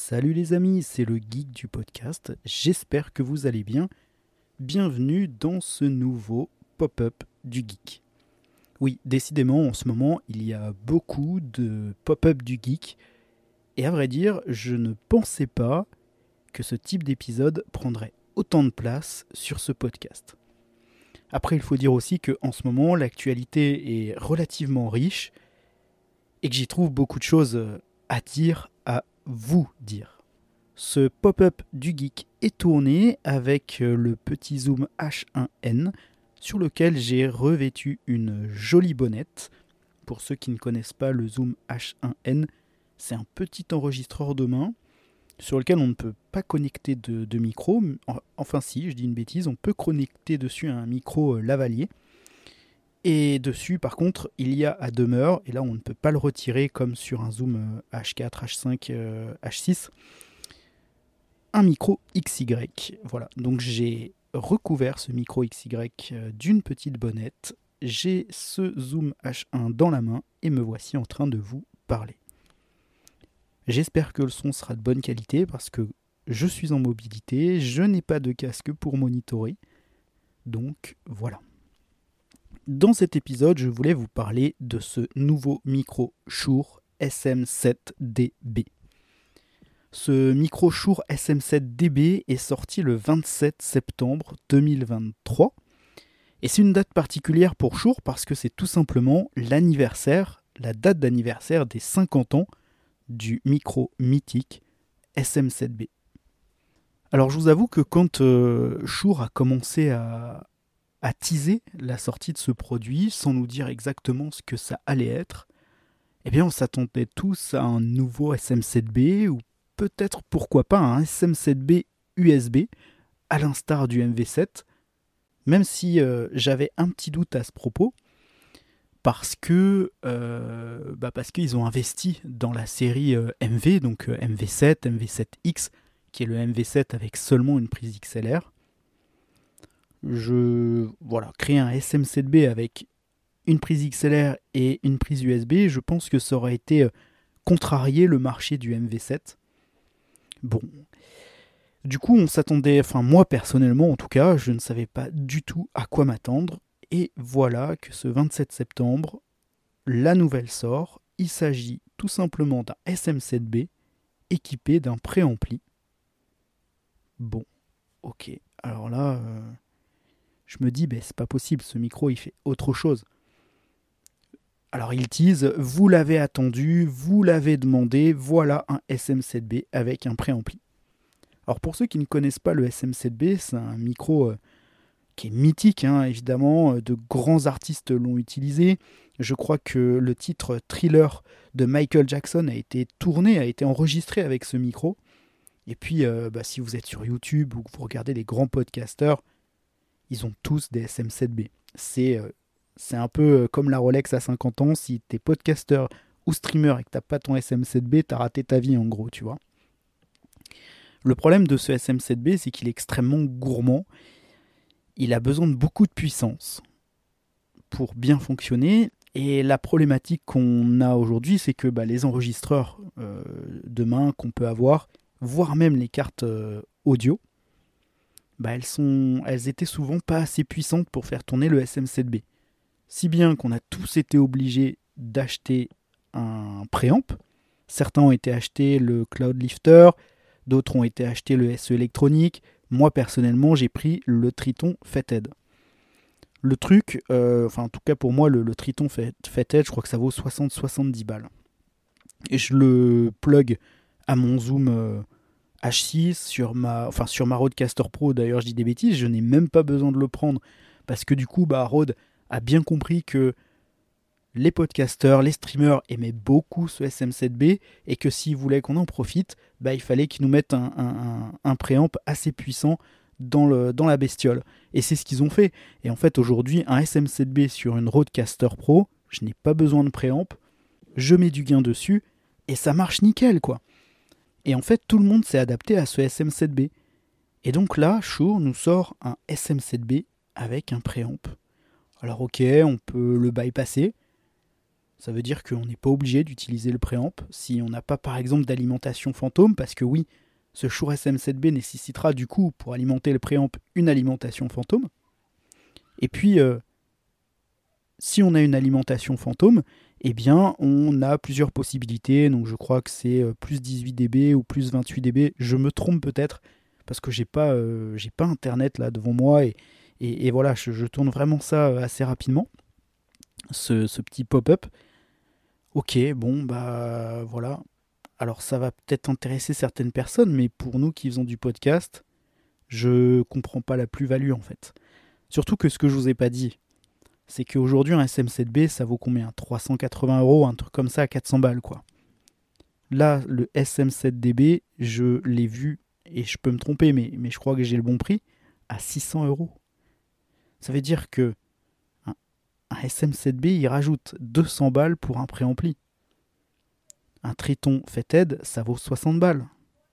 Salut les amis, c'est le geek du podcast, j'espère que vous allez bien. Bienvenue dans ce nouveau pop-up du geek. Oui, décidément en ce moment il y a beaucoup de pop-up du geek et à vrai dire je ne pensais pas que ce type d'épisode prendrait autant de place sur ce podcast. Après il faut dire aussi qu'en ce moment l'actualité est relativement riche et que j'y trouve beaucoup de choses à dire, à vous dire. Ce pop-up du geek est tourné avec le petit zoom H1N sur lequel j'ai revêtu une jolie bonnette. Pour ceux qui ne connaissent pas le zoom H1N, c'est un petit enregistreur de main sur lequel on ne peut pas connecter de micro. Enfin si, je dis une bêtise, on peut connecter dessus un micro lavalier. Et dessus, par contre, il y a à demeure, et là on ne peut pas le retirer comme sur un zoom H4, H5, H6, un micro XY. Voilà, donc j'ai recouvert ce micro XY d'une petite bonnette. J'ai ce zoom H1 dans la main et me voici en train de vous parler. J'espère que le son sera de bonne qualité parce que je suis en mobilité, je n'ai pas de casque pour monitorer. Donc voilà. Dans cet épisode, je voulais vous parler de ce nouveau micro Shure SM7DB. Ce micro Shure SM7DB est sorti le 27 septembre 2023. Et c'est une date particulière pour Shure parce que c'est tout simplement l'anniversaire, la date d'anniversaire des 50 ans du micro mythique SM7B. Alors je vous avoue que quand Shure a commencé à teaser la sortie de ce produit sans nous dire exactement ce que ça allait être, eh bien on s'attendait tous à un nouveau SM7B ou peut-être pourquoi pas un SM7B USB à l'instar du MV7, même si j'avais un petit doute à ce propos parce qu'ils ont investi dans la série MV, donc MV7, MV7X, qui est le MV7 avec seulement une prise XLR. Créer un SM7B avec une prise XLR et une prise USB, je pense que ça aurait été contrarier le marché du MV7. Bon, du coup on s'attendait, enfin moi personnellement en tout cas, je ne savais pas du tout à quoi m'attendre. Et voilà que ce 27 septembre, la nouvelle sort. Il s'agit tout simplement d'un SM7B équipé d'un préampli. Bon, ok, alors là... je me dis, c'est pas possible, ce micro il fait autre chose. Alors il tease, vous l'avez attendu, vous l'avez demandé, voilà un SM7B avec un préampli. Alors pour ceux qui ne connaissent pas le SM7B, c'est un micro qui est mythique, évidemment, de grands artistes l'ont utilisé. Je crois que le titre Thriller de Michael Jackson a été tourné, a été enregistré avec ce micro. Et puis si vous êtes sur YouTube ou que vous regardez les grands podcasteurs, ils ont tous des SM7B. C'est un peu comme la Rolex à 50 ans. Si t'es podcasteur ou streamer et que t'as pas ton SM7B, t'as raté ta vie en gros, tu vois. Le problème de ce SM7B, c'est qu'il est extrêmement gourmand. Il a besoin de beaucoup de puissance pour bien fonctionner. Et la problématique qu'on a aujourd'hui, c'est que les enregistreurs de main qu'on peut avoir, voire même les cartes audio, elles étaient souvent pas assez puissantes pour faire tourner le SM7B. Si bien qu'on a tous été obligés d'acheter un préamp. Certains ont été achetés le Cloudlifter, d'autres ont été achetés le SE Electronic. Moi personnellement, j'ai pris le Triton Fathead. Le truc, en tout cas pour moi, le Triton Fathead, je crois que ça vaut 60-70 balles. Et je le plug à mon zoom H6 sur ma Rodecaster Pro. D'ailleurs, je dis des bêtises, je n'ai même pas besoin de le prendre parce que du coup, Rode a bien compris que les podcasteurs, les streamers aimaient beaucoup ce SM7B et que s'ils voulaient qu'on en profite, il fallait qu'ils nous mettent un préamp assez puissant dans la bestiole. Et c'est ce qu'ils ont fait. Et en fait, aujourd'hui, un SM7B sur une Rodecaster Pro, je n'ai pas besoin de préamp, je mets du gain dessus et ça marche nickel, quoi. Et en fait, tout le monde s'est adapté à ce SM7B. Et donc là, Shure nous sort un SM7B avec un préamp. Alors ok, on peut le bypasser. Ça veut dire qu'on n'est pas obligé d'utiliser le préamp si on n'a pas par exemple d'alimentation fantôme, parce que oui, ce Shure SM7B nécessitera du coup pour alimenter le préamp une alimentation fantôme. Et puis, si on a une alimentation fantôme, eh bien on a plusieurs possibilités. Donc je crois que c'est plus 18 dB ou plus 28 dB. Je me trompe peut-être parce que j'ai pas internet là devant moi et voilà, je tourne vraiment ça assez rapidement. Ce petit pop-up. Ok, bon bah voilà. Alors ça va peut-être intéresser certaines personnes, mais pour nous qui faisons du podcast, je comprends pas la plus-value en fait. Surtout que ce que je vous ai pas dit, c'est qu'aujourd'hui un SM7B ça vaut combien? 380 €, un truc comme ça à 400 balles quoi. Là, le SM7DB, je l'ai vu, et je peux me tromper, mais je crois que j'ai le bon prix, à 600 €. Ça veut dire que un SM7B, il rajoute 200 balles pour un préampli. Un Triton Fathead, ça vaut 60 balles.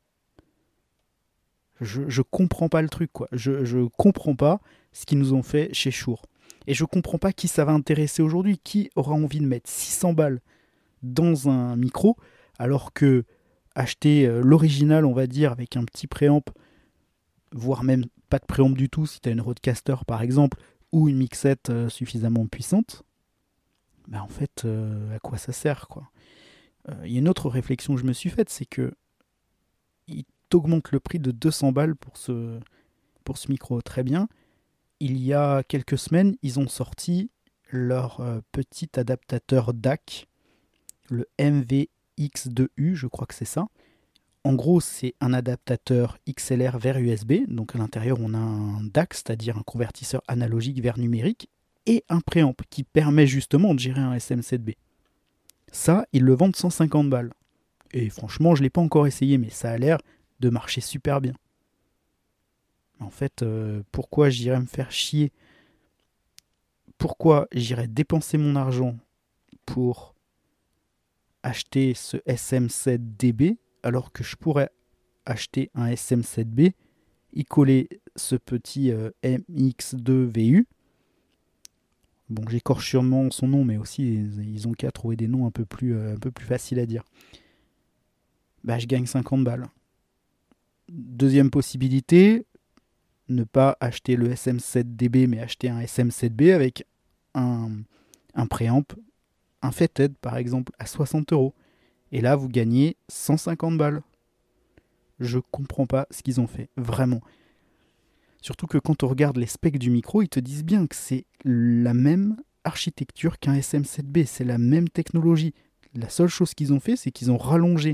Je comprends pas le truc, quoi. Je comprends pas ce qu'ils nous ont fait chez Shure. Et je comprends pas qui ça va intéresser aujourd'hui. Qui aura envie de mettre 600 balles dans un micro, alors que acheter l'original, on va dire, avec un petit préamp, voire même pas de préamp du tout, si tu as une Rodecaster par exemple, ou une mixette suffisamment puissante, bah en fait, à quoi ça sert, quoi. Il y a une autre réflexion que je me suis faite, c'est que il t'augmente le prix de 200 balles pour ce micro. Très bien. Il y a quelques semaines, ils ont sorti leur petit adaptateur DAC, le MVX2U, je crois que c'est ça. En gros, c'est un adaptateur XLR vers USB. Donc à l'intérieur, on a un DAC, c'est-à-dire un convertisseur analogique vers numérique, et un préamp qui permet justement de gérer un SM7B. Ça, ils le vendent 150 balles. Et franchement, je ne l'ai pas encore essayé, mais ça a l'air de marcher super bien. En fait, pourquoi j'irais me faire chier? Pourquoi j'irais dépenser mon argent pour acheter ce SM7DB alors que je pourrais acheter un SM7B, y coller ce petit MX2VU. Bon, j'écorche sûrement son nom, mais aussi ils ont qu'à trouver des noms un peu plus faciles à dire. Bah, je gagne 50 balles. Deuxième possibilité, ne pas acheter le SM7DB, mais acheter un SM7B avec un préamp, un Fathead par exemple, à 60 €. Et là, vous gagnez 150 balles. Je comprends pas ce qu'ils ont fait, vraiment. Surtout que quand on regarde les specs du micro, ils te disent bien que c'est la même architecture qu'un SM7B, c'est la même technologie. La seule chose qu'ils ont fait, c'est qu'ils ont rallongé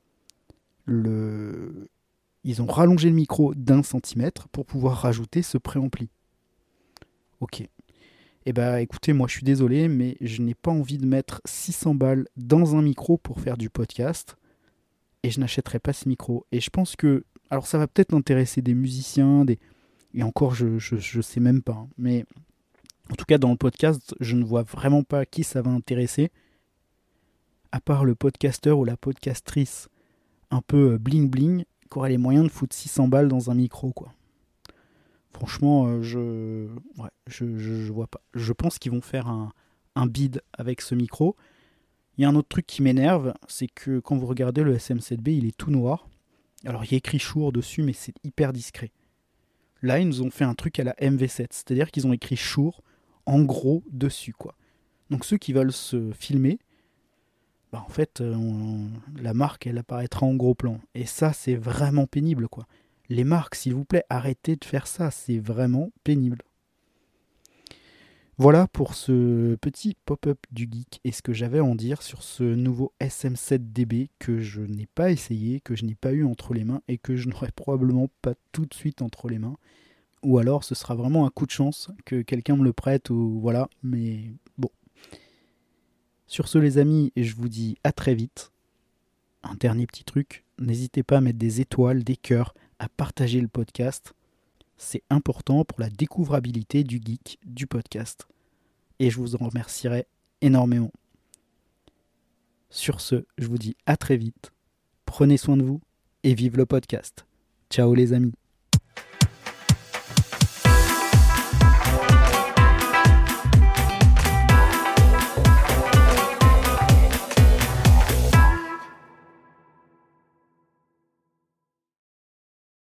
le micro d'1 centimètre pour pouvoir rajouter ce préampli. Ok. Eh bah écoutez, moi je suis désolé, mais je n'ai pas envie de mettre 600 balles dans un micro pour faire du podcast, et je n'achèterai pas ce micro. Et je pense que, alors ça va peut-être intéresser des musiciens, et encore je sais même pas, hein. Mais en tout cas dans le podcast, je ne vois vraiment pas qui ça va intéresser, à part le podcasteur ou la podcastrice un peu bling bling, qui aurait les moyens de foutre 600 balles dans un micro, quoi. Franchement, je vois pas. Je pense qu'ils vont faire un bid avec ce micro. Il y a un autre truc qui m'énerve, c'est que quand vous regardez le SM7B, il est tout noir. Alors il y a écrit Shure dessus, mais c'est hyper discret. Là, ils nous ont fait un truc à la MV7, c'est-à-dire qu'ils ont écrit Shure en gros dessus, quoi. Donc ceux qui veulent se filmer, bah en fait, la marque, elle apparaîtra en gros plan. Et ça, c'est vraiment pénible, quoi. Les marques, s'il vous plaît, arrêtez de faire ça, c'est vraiment pénible. Voilà pour ce petit pop-up du geek et ce que j'avais à en dire sur ce nouveau SM7DB que je n'ai pas essayé, que je n'ai pas eu entre les mains et que je n'aurai probablement pas tout de suite entre les mains. Ou alors ce sera vraiment un coup de chance que quelqu'un me le prête ou voilà, mais bon. Sur ce les amis, je vous dis à très vite. Un dernier petit truc, n'hésitez pas à mettre des étoiles, des cœurs, à partager le podcast. C'est important pour la découvrabilité du geek du podcast. Et je vous en remercierai énormément. Sur ce, je vous dis à très vite. Prenez soin de vous et vive le podcast. Ciao les amis.